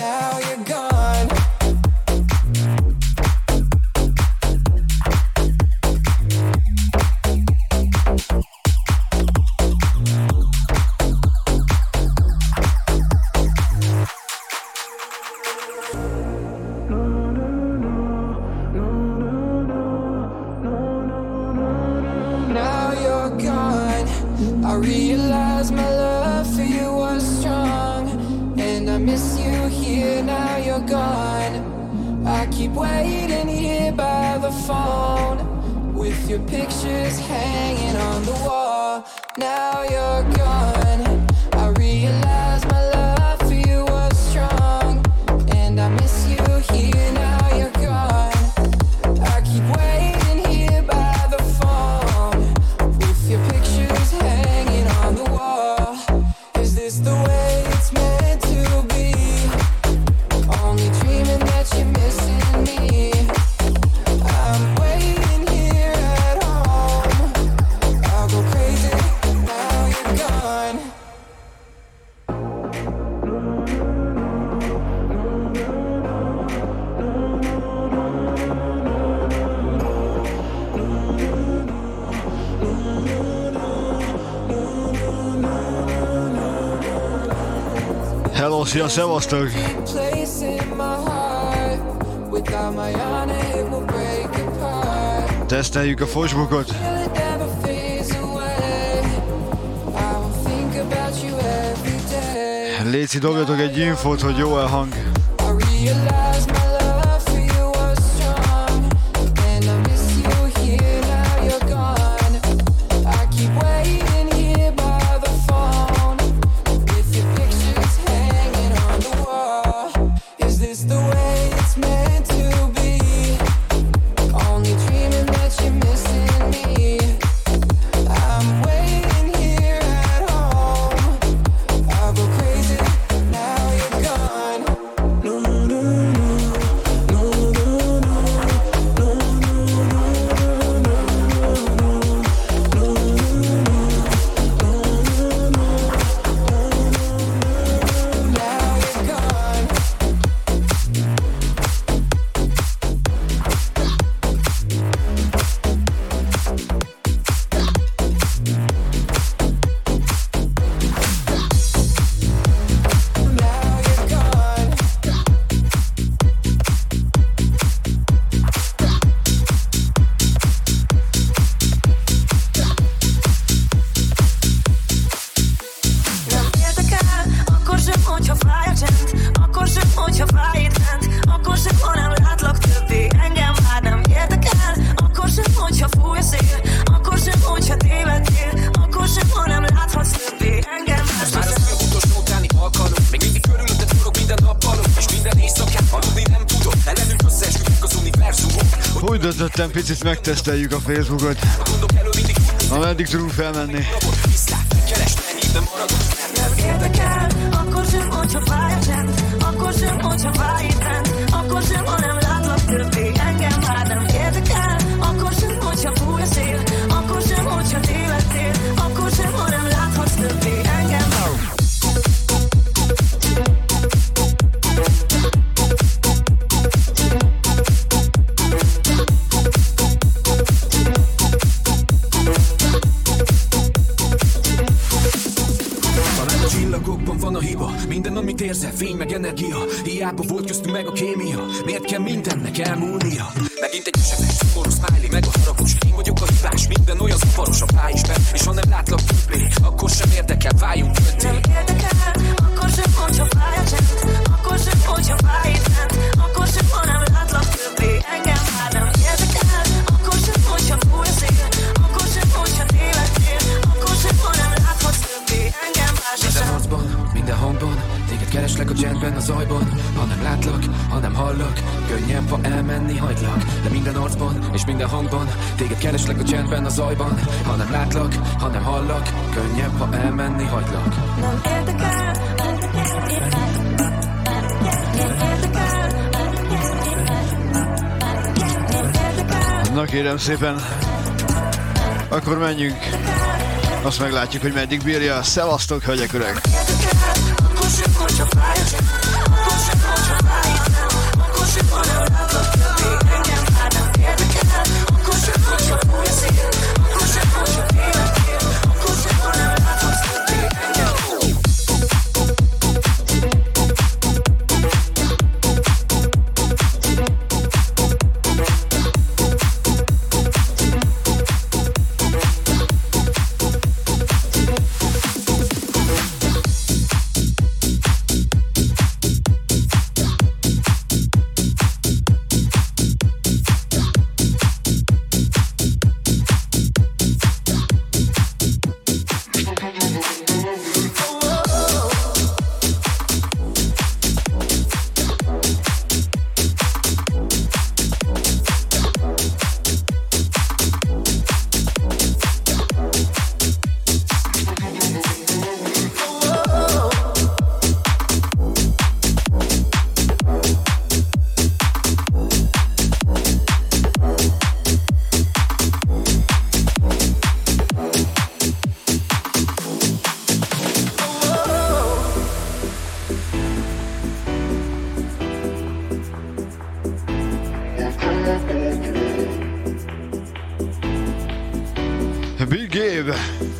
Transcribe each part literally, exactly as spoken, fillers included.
now you're gone. I realize my love for you was strong, and I miss you here, now you're gone. I keep waiting here by the phone, with your pictures hanging on the wall. Now you're gone. I realize my love for you was strong, and I miss you here, now you're gone. I keep waiting here by the phone, with your pictures hanging on the wall. Is this the way it's meant to be? Only dreaming that you're missing me. I'm waiting here at home. I'll go crazy, now you're gone. Hello, szia, szevasztok! Teszteljük a Facebookot. Léci, dobjatok egy infót, hogy jó a hang. Döntöttem, picit megteszteljük a Facebookot, ameddig tudunk felmenni. Nem érdekel, akkor sem, hogyha fáj a csend, akkor sem, hogyha fáj itt rend, akkor sem, ha nem látlak többé, engem már nem érdekel, akkor sem, hogyha fúj a szél, akkor sem, hogyha tévedtél, akkor sem, ha nem láthatsz többé, engem már. Van a hiba, minden amit érzel, fény meg energia. Hiába volt köztünk meg a kémia. Miért kell mindennek elmúlnia? Megint egy esetek, forró smiley, meg a haragos. Én vagyok a hibás, minden olyan zavaros a pályisben. És ha nem látlak többé, akkor sem érdekel, váljunk könté. Nem érdekel, akkor sem, hogyha fáj a csend, akkor sem, hogyha fáj itt rend, akkor sem, ha nem látlak többé, engem már nem érdekel, akkor sem, hogyha fúj a szél, akkor sem, hogyha tévedtél, akkor sem, ha nem láthatsz többé, engem már sem. Minden arcban, minden hangban, téged kereslek a csendben, a zajban. Ha nem látlak, ha nem hallak, könnyebb, ha elmenni hagylak. De minden arcban és minden hangban, téged kereslek a csendben, a zajban. Ha nem látlak, ha nem hallak, könnyebb, ha elmenni hagylak. Nem érdekel, nem érdekel, Na kérem szépen, akkor menjünk. Azt meglátjuk, hogy meddig bírja. Szevasztok, hölgyek, urak! akkor sem, hogyha fáj a csend, akkor sem, Big Gabe.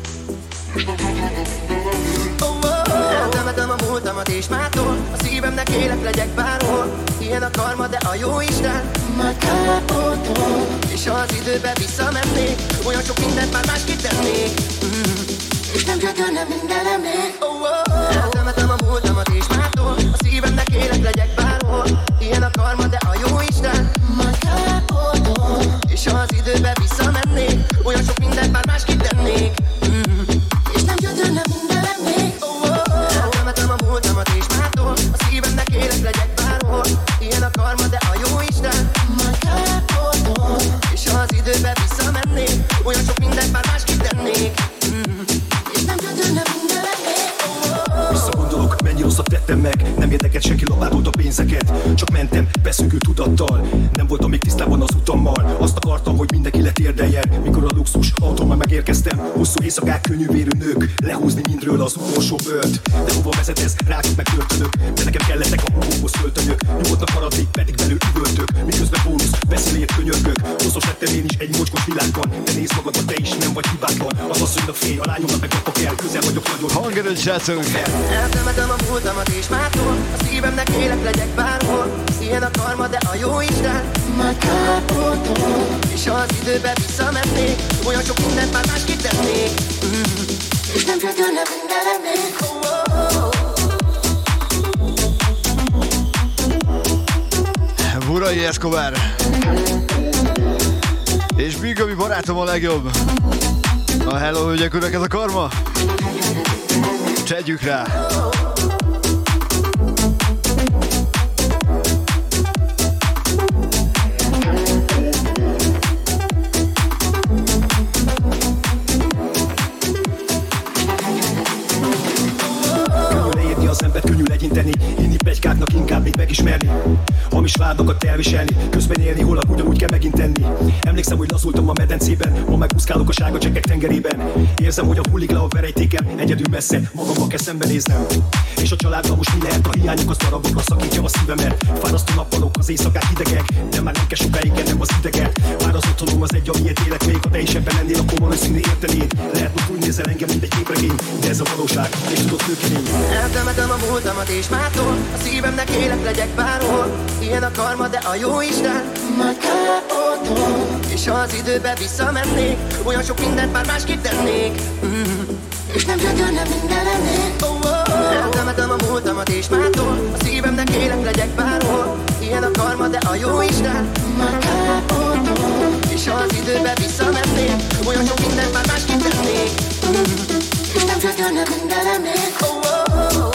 Eltemetem a múltamat és mától, a szívemnek élek legyek bárhol. Ilyen a karma, de a jó Isten már kárpótol. És ha az időbe visszamennék, olyan sok mindent már másképp tennék. mm. És nem gyötörne minden emlék. oh, oh. Eltemetem a múltamat és mától, a szívemnek élek legyek bárhol. Ilyen a karma, de a jó Isten már kárpótol. És ha az időbe visszamennék, olyan sok mindent már másképp tennék. mm. És nem gyötörne minden emlék. Eltemetem a múltamat és mától, a szívemnek élek legyek bárhol. Ilyen a karma, de a jó Isten már kárpótol. És ha az időbe visszamennék, olyan sok mindent már másképp tennék. mm. És nem gyötörne minden emlék. Visszagondolok, mennyi rosszat tettem meg. Nem érdekelt senki, lapátolt a pénzeket. Csak mentem, beszűkült tudattal. Nem voltam még tisztában az utammal. Azt akartam, hogy mindenki letérdeljen. Mikor a luxus autómmal megérkeztem, hosszú éjszakák, könnyűvérű nők, lehúzni mindről az utolsó bőrt. De hova vezet ez? Rákok meg börtönök. De nekem kellettek a hóhoz költönyök. Nyugodtan maradni, pedig belül üvöltök. Miközben bónusz, beszélért könyörgök. Hosszos lettem én is egy mocskos világban. De nézd magadba, te is nem vagy hibátlan. Az asszonynak félj, a lányomnak meg kapok el. Közel vagyok nagyon. Hangerőt, srácok! Eltemetem a múltamat és mától, a szívemnek élek legyek bárhol. Ilyen a karma, de a jó Isten már kárpótol. És ha az időbe visszamennék, olyan sok mindent már másképp tennék. mm. És nem gyötörne minden emlék. oh, oh, oh. Burai Escobar. És Big Gabi barátom a legjobb. A hello, hölgyek, urak, ez a karma. Csegyük rá! Az embert könnyű legyinteni, inni pletykáknak inkább még megismerni. Hamis vádakat elviselni, közben élni holnap ugyanúgy kell megint tenni. Emlékszem, hogy lazultam a medencében, ma megbuszkálok a sárga csekkek tengerében. Érzem, hogy a hullik le a verejtékem, egyedül messze, magamba kell szembenéznem. És a családban most mi lehet, a hiányok az darabokra szakítja a szívemet. Fárasztó nappalok, az éjszakák hidegek, de már nem kell sokáig ennem az ideget. Már az otthonom az egy, amiért élek még, ha te is ebben lennél, akkor valószínű értenéd. Lehet, hogy úgy nézel engem, mint egy képregény, de ez a valóság, és tudod főkemény. Eltemetem a múltamat és mától, a szívemnek élek legyek bárhol. Ilyen a karma, de a jó Isten már kárpótol. És ha az időbe visszamennék, olyan sok mindent már másképp tennék. mm. És nem gyötörne minden emlék. oh, oh. Eltemetem a múltamat és mától, a szívemnek élek legyek bárhol. Ilyen a karma, de a jó Isten már kárpótol. És ha az időbe visszamennék, olyan sok mindent már másképp tennék. mm. És nem gyötörne minden emlék. oh, oh.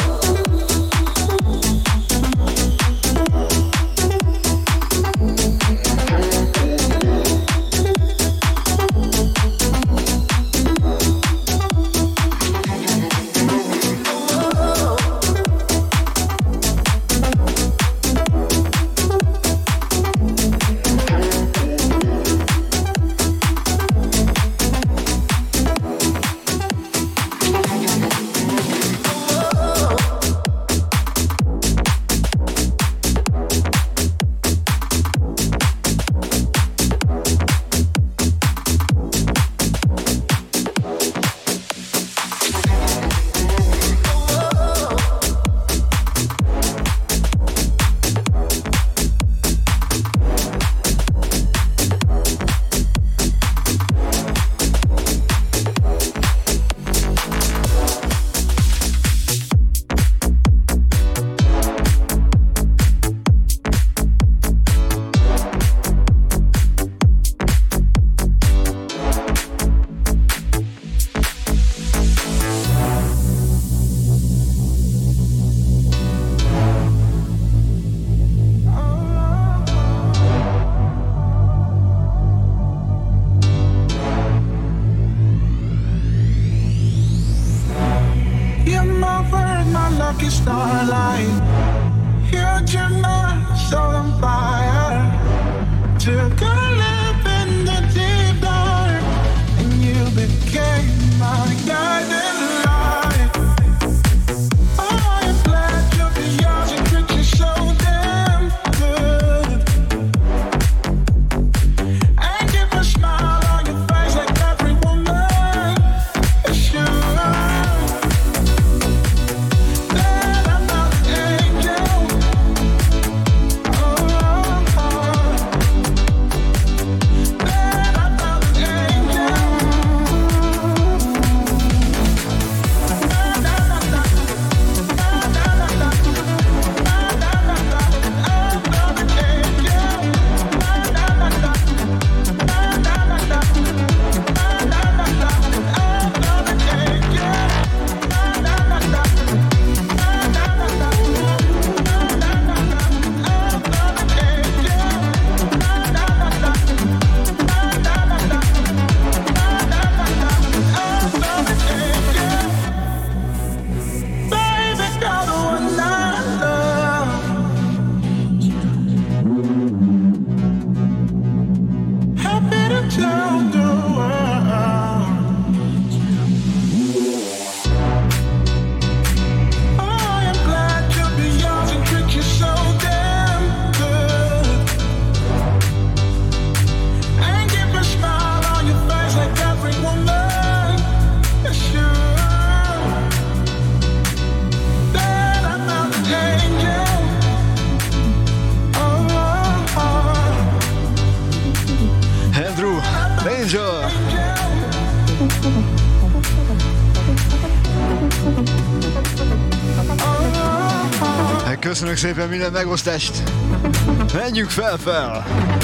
lucky starlight. Your dreamer, soul on fire. Took a leap in the deep dark, and you became my guiding light. Oh, I'm glad you're yours and treat you so damn good. And keep a smile on your face like every woman Angel. Köszönök szépen minden megosztást. Menjünk fel-fel!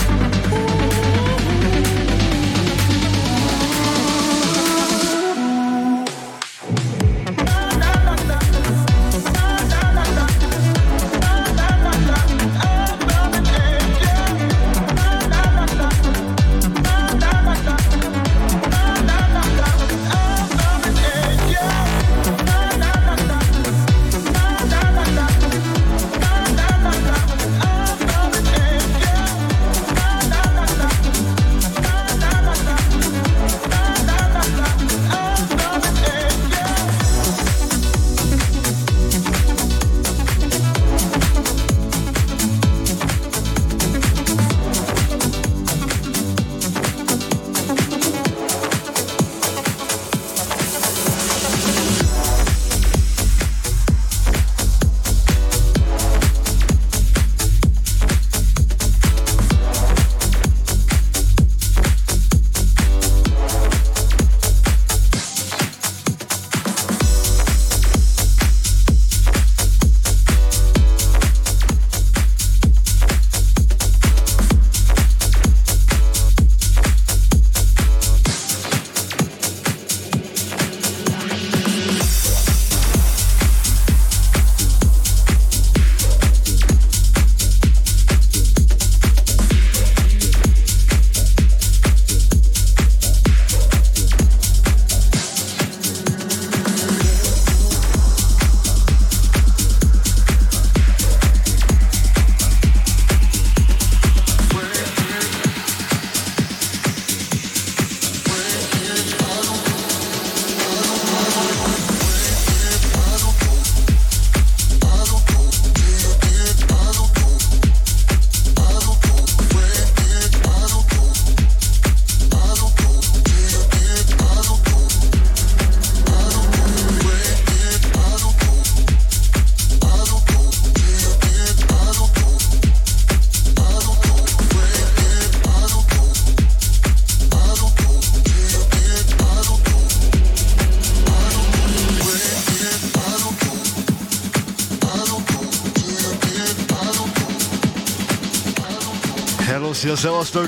Szia, szevasztok!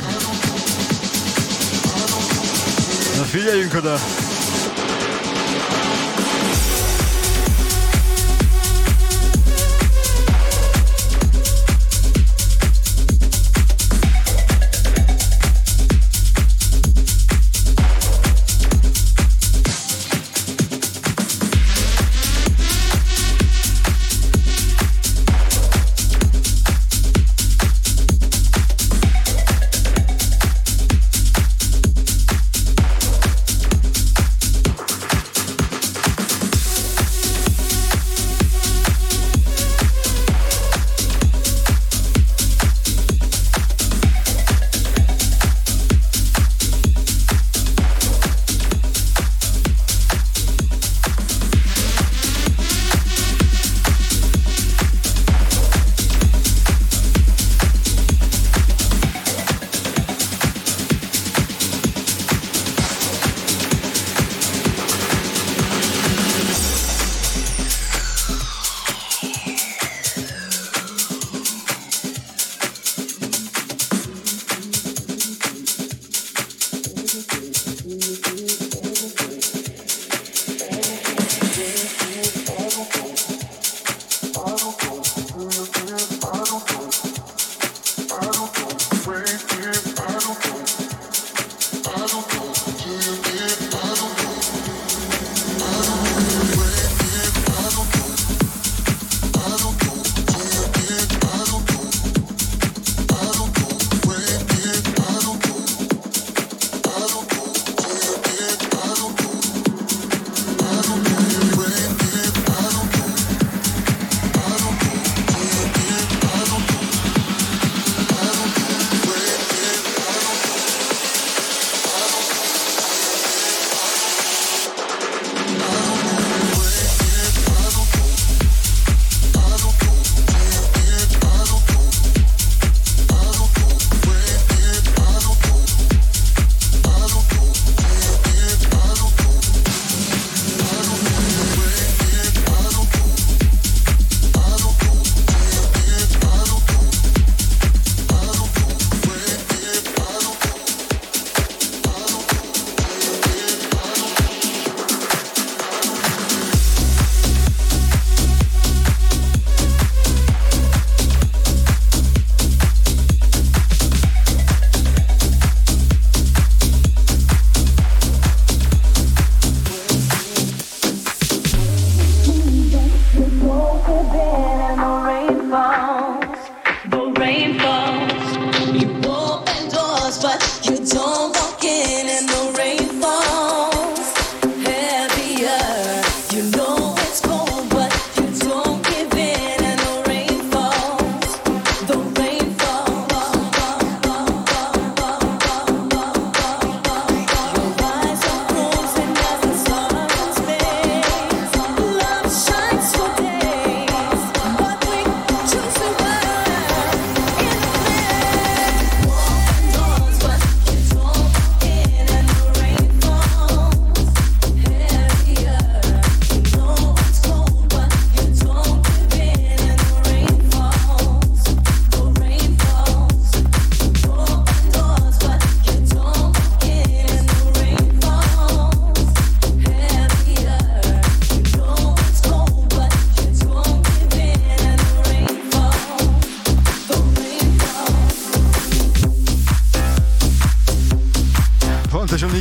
Na figyeljünk oda!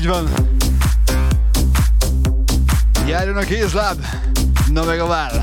Így van. Járjon a kézláb, na meg a váll.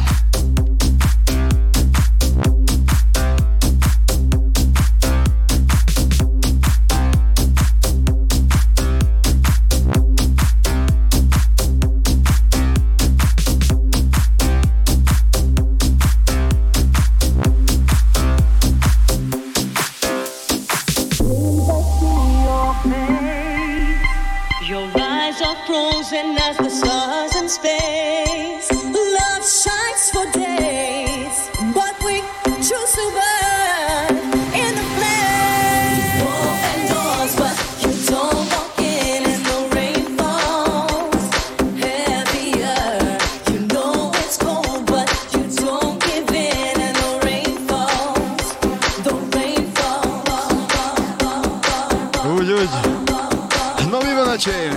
Frozen as the stars in space. Love shines for days, but we choose to burn in the flame. You open doors, but you don't walk in, and the rain falls heavier. You know it's cold, but you don't give in, and the rain falls. The rain falls. Úgy, úgy. Na mi van a csén?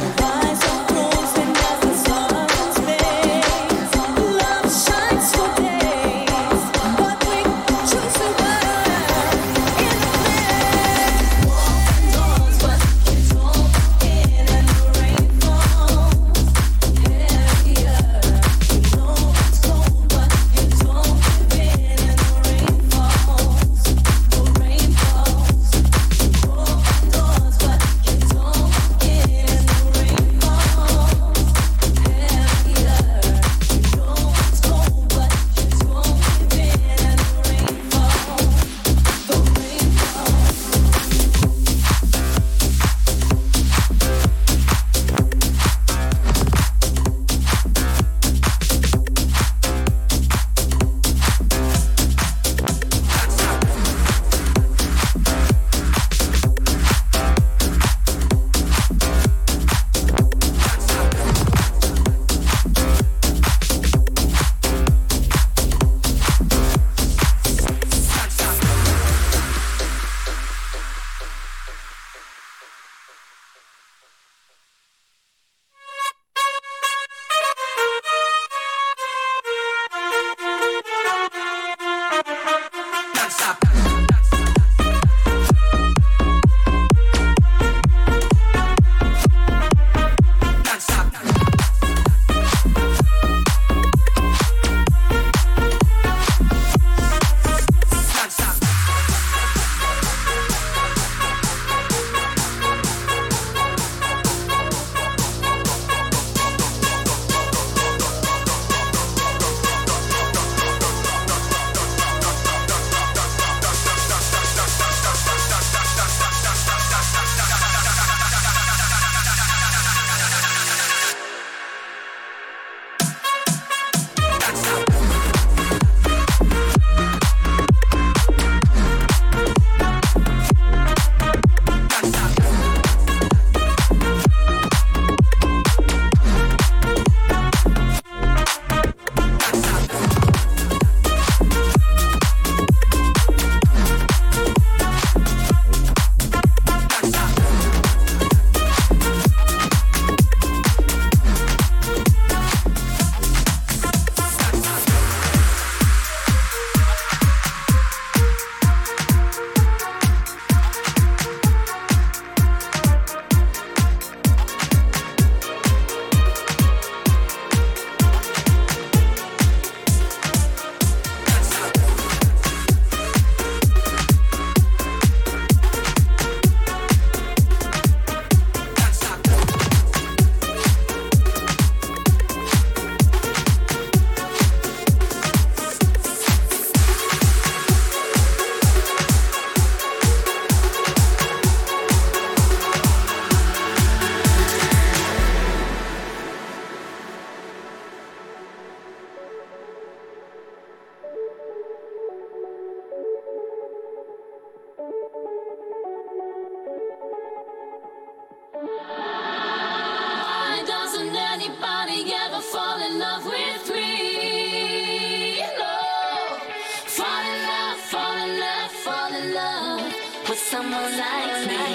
someone like me.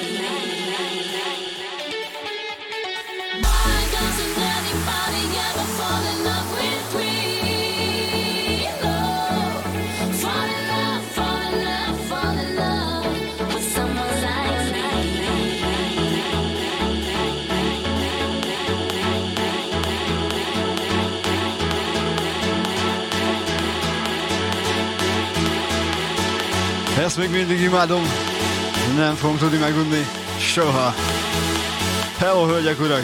Ezt még mindig imádom. Nem fogom tudni megunni. Soha. Hello, hölgyek, urak!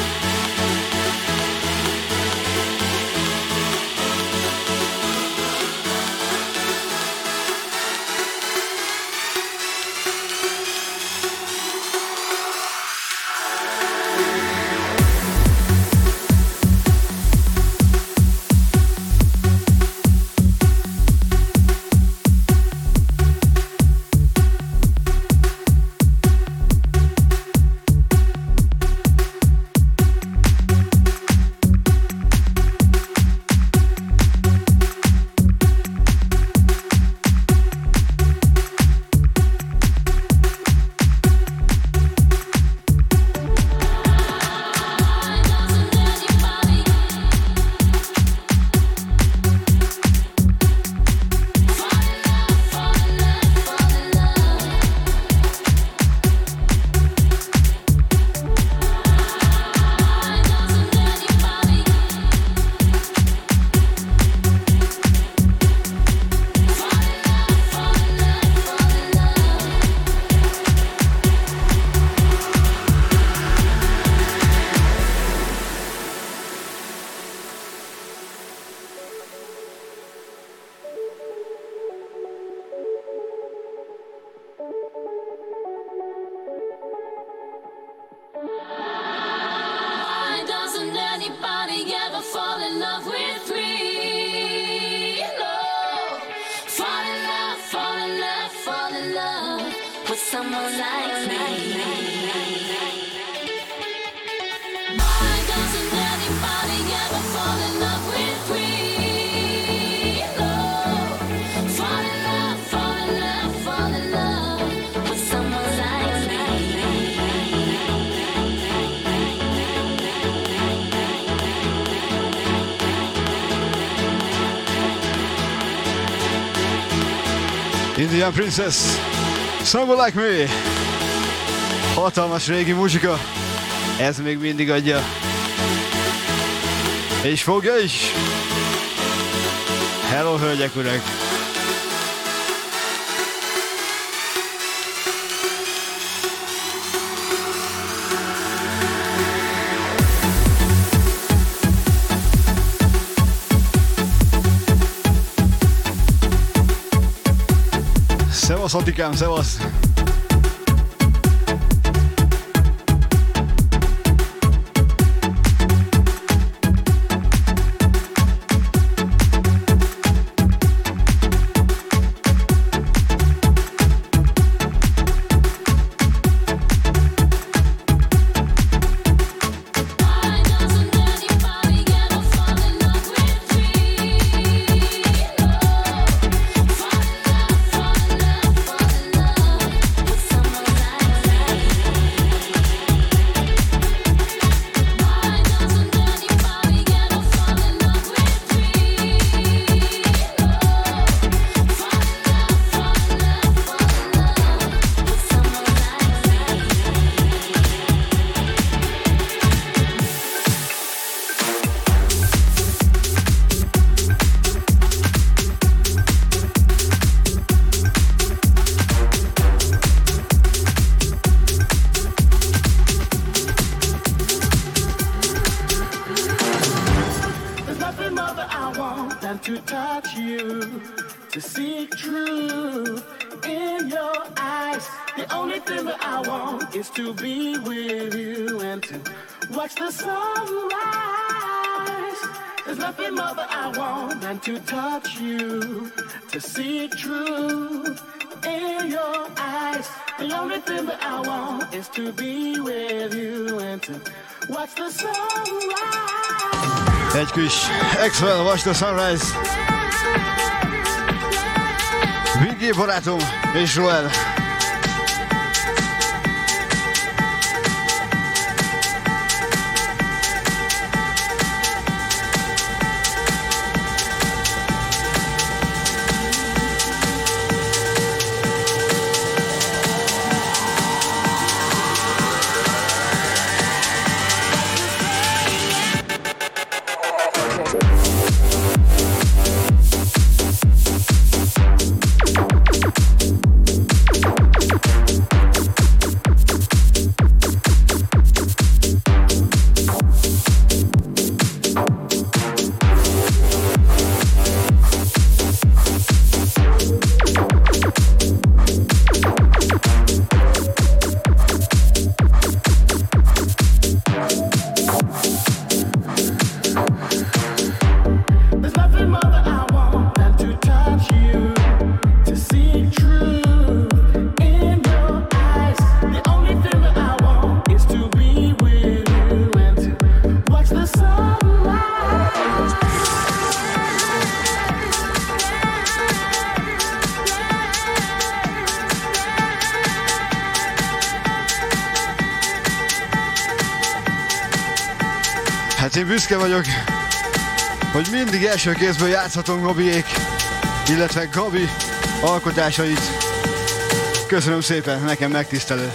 Indian Princess, Someone Like Me. Hatalmas régi muzsika, ez még mindig adja. És fogja is. Hello, hölgyek, urak! Szevasz, Atikám, szevasz! To touch you, to see truth in your eyes. The only thing that I want is to be with you and to watch the sunrise. Egy kis Axwell, Watch the Sunrise. Viggy barátom és Joel. Hát én büszke vagyok, hogy mindig első kézből játszhatom Gabiék, illetve Gabi alkotásait. Köszönöm szépen, nekem megtisztelő.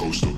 coaster.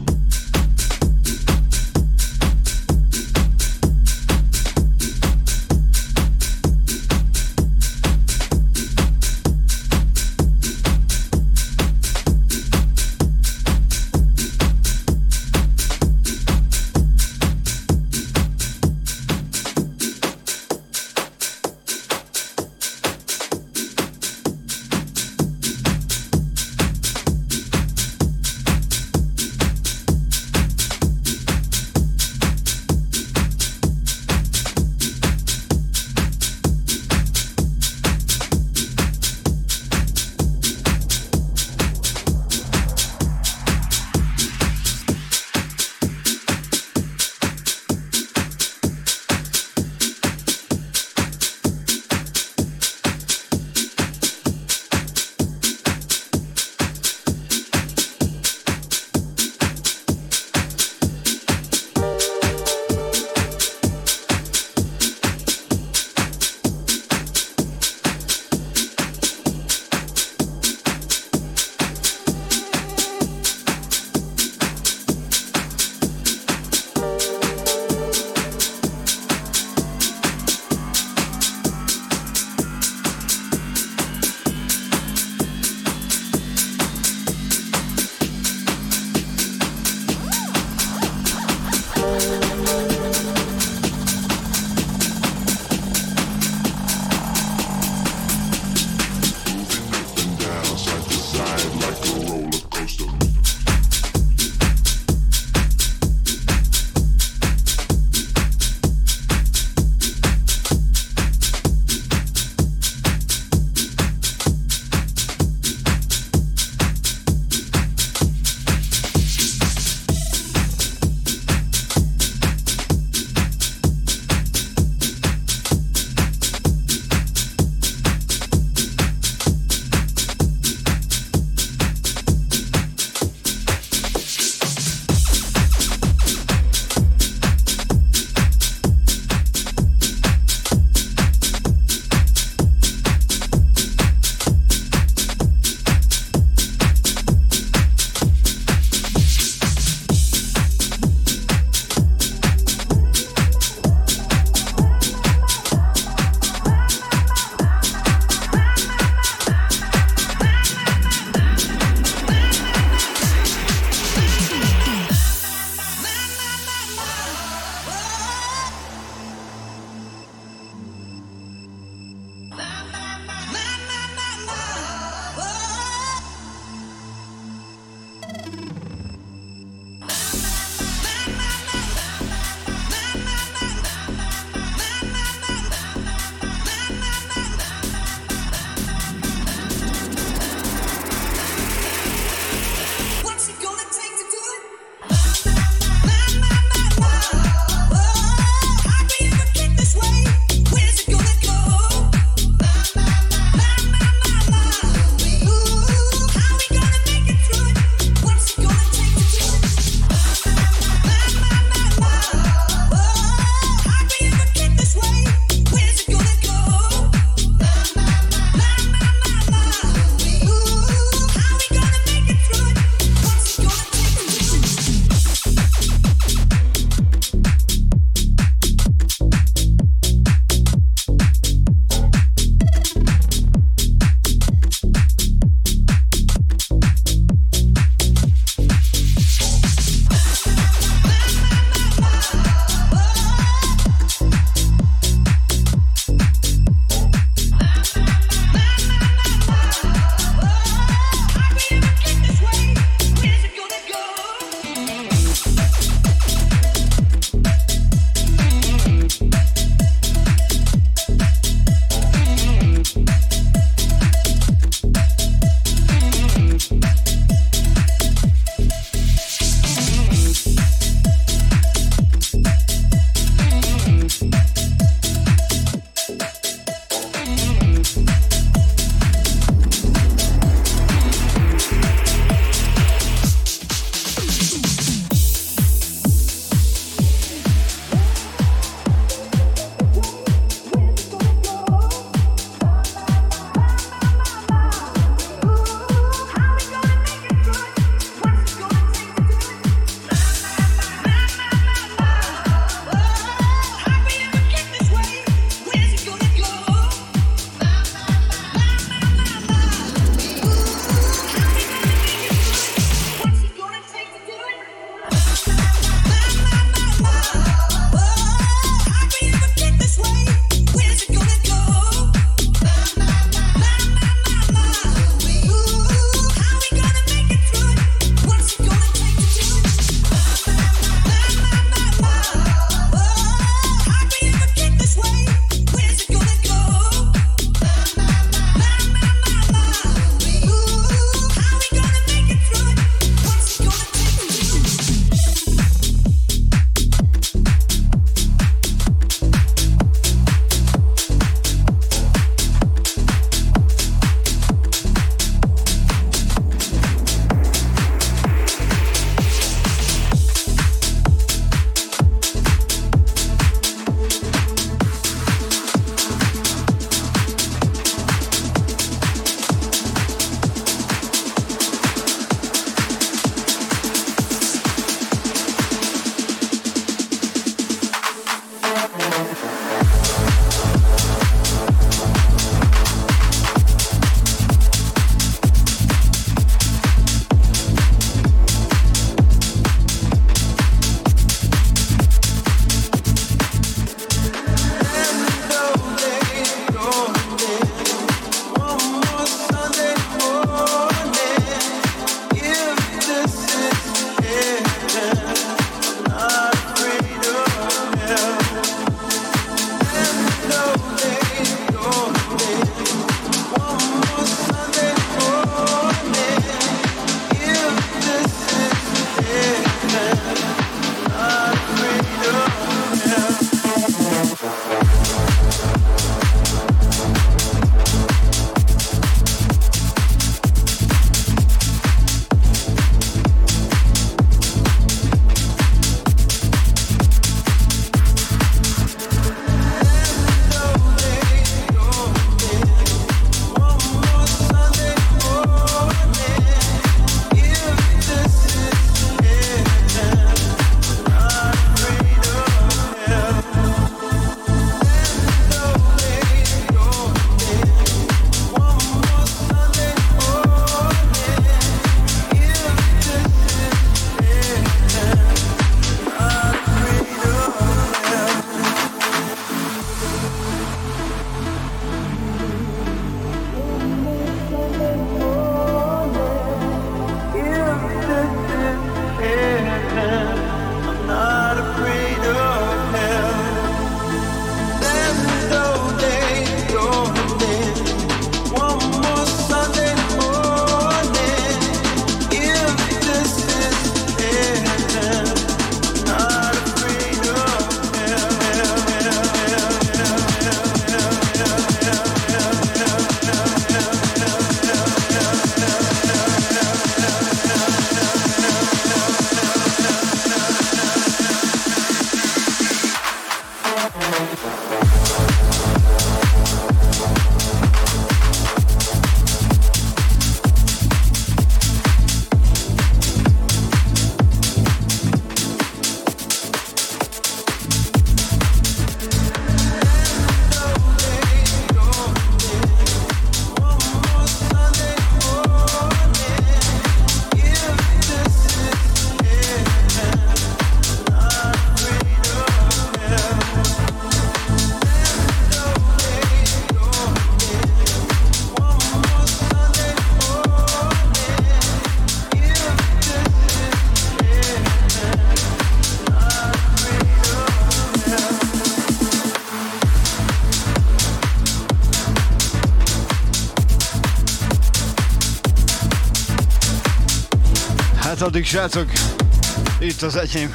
Hát addig, srácok, itt az enyém.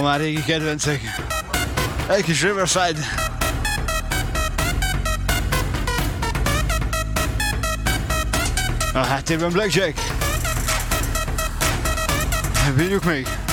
már régi kedvencek. Egy kis Riverside. A háttérben Blackjack. Bírjuk még.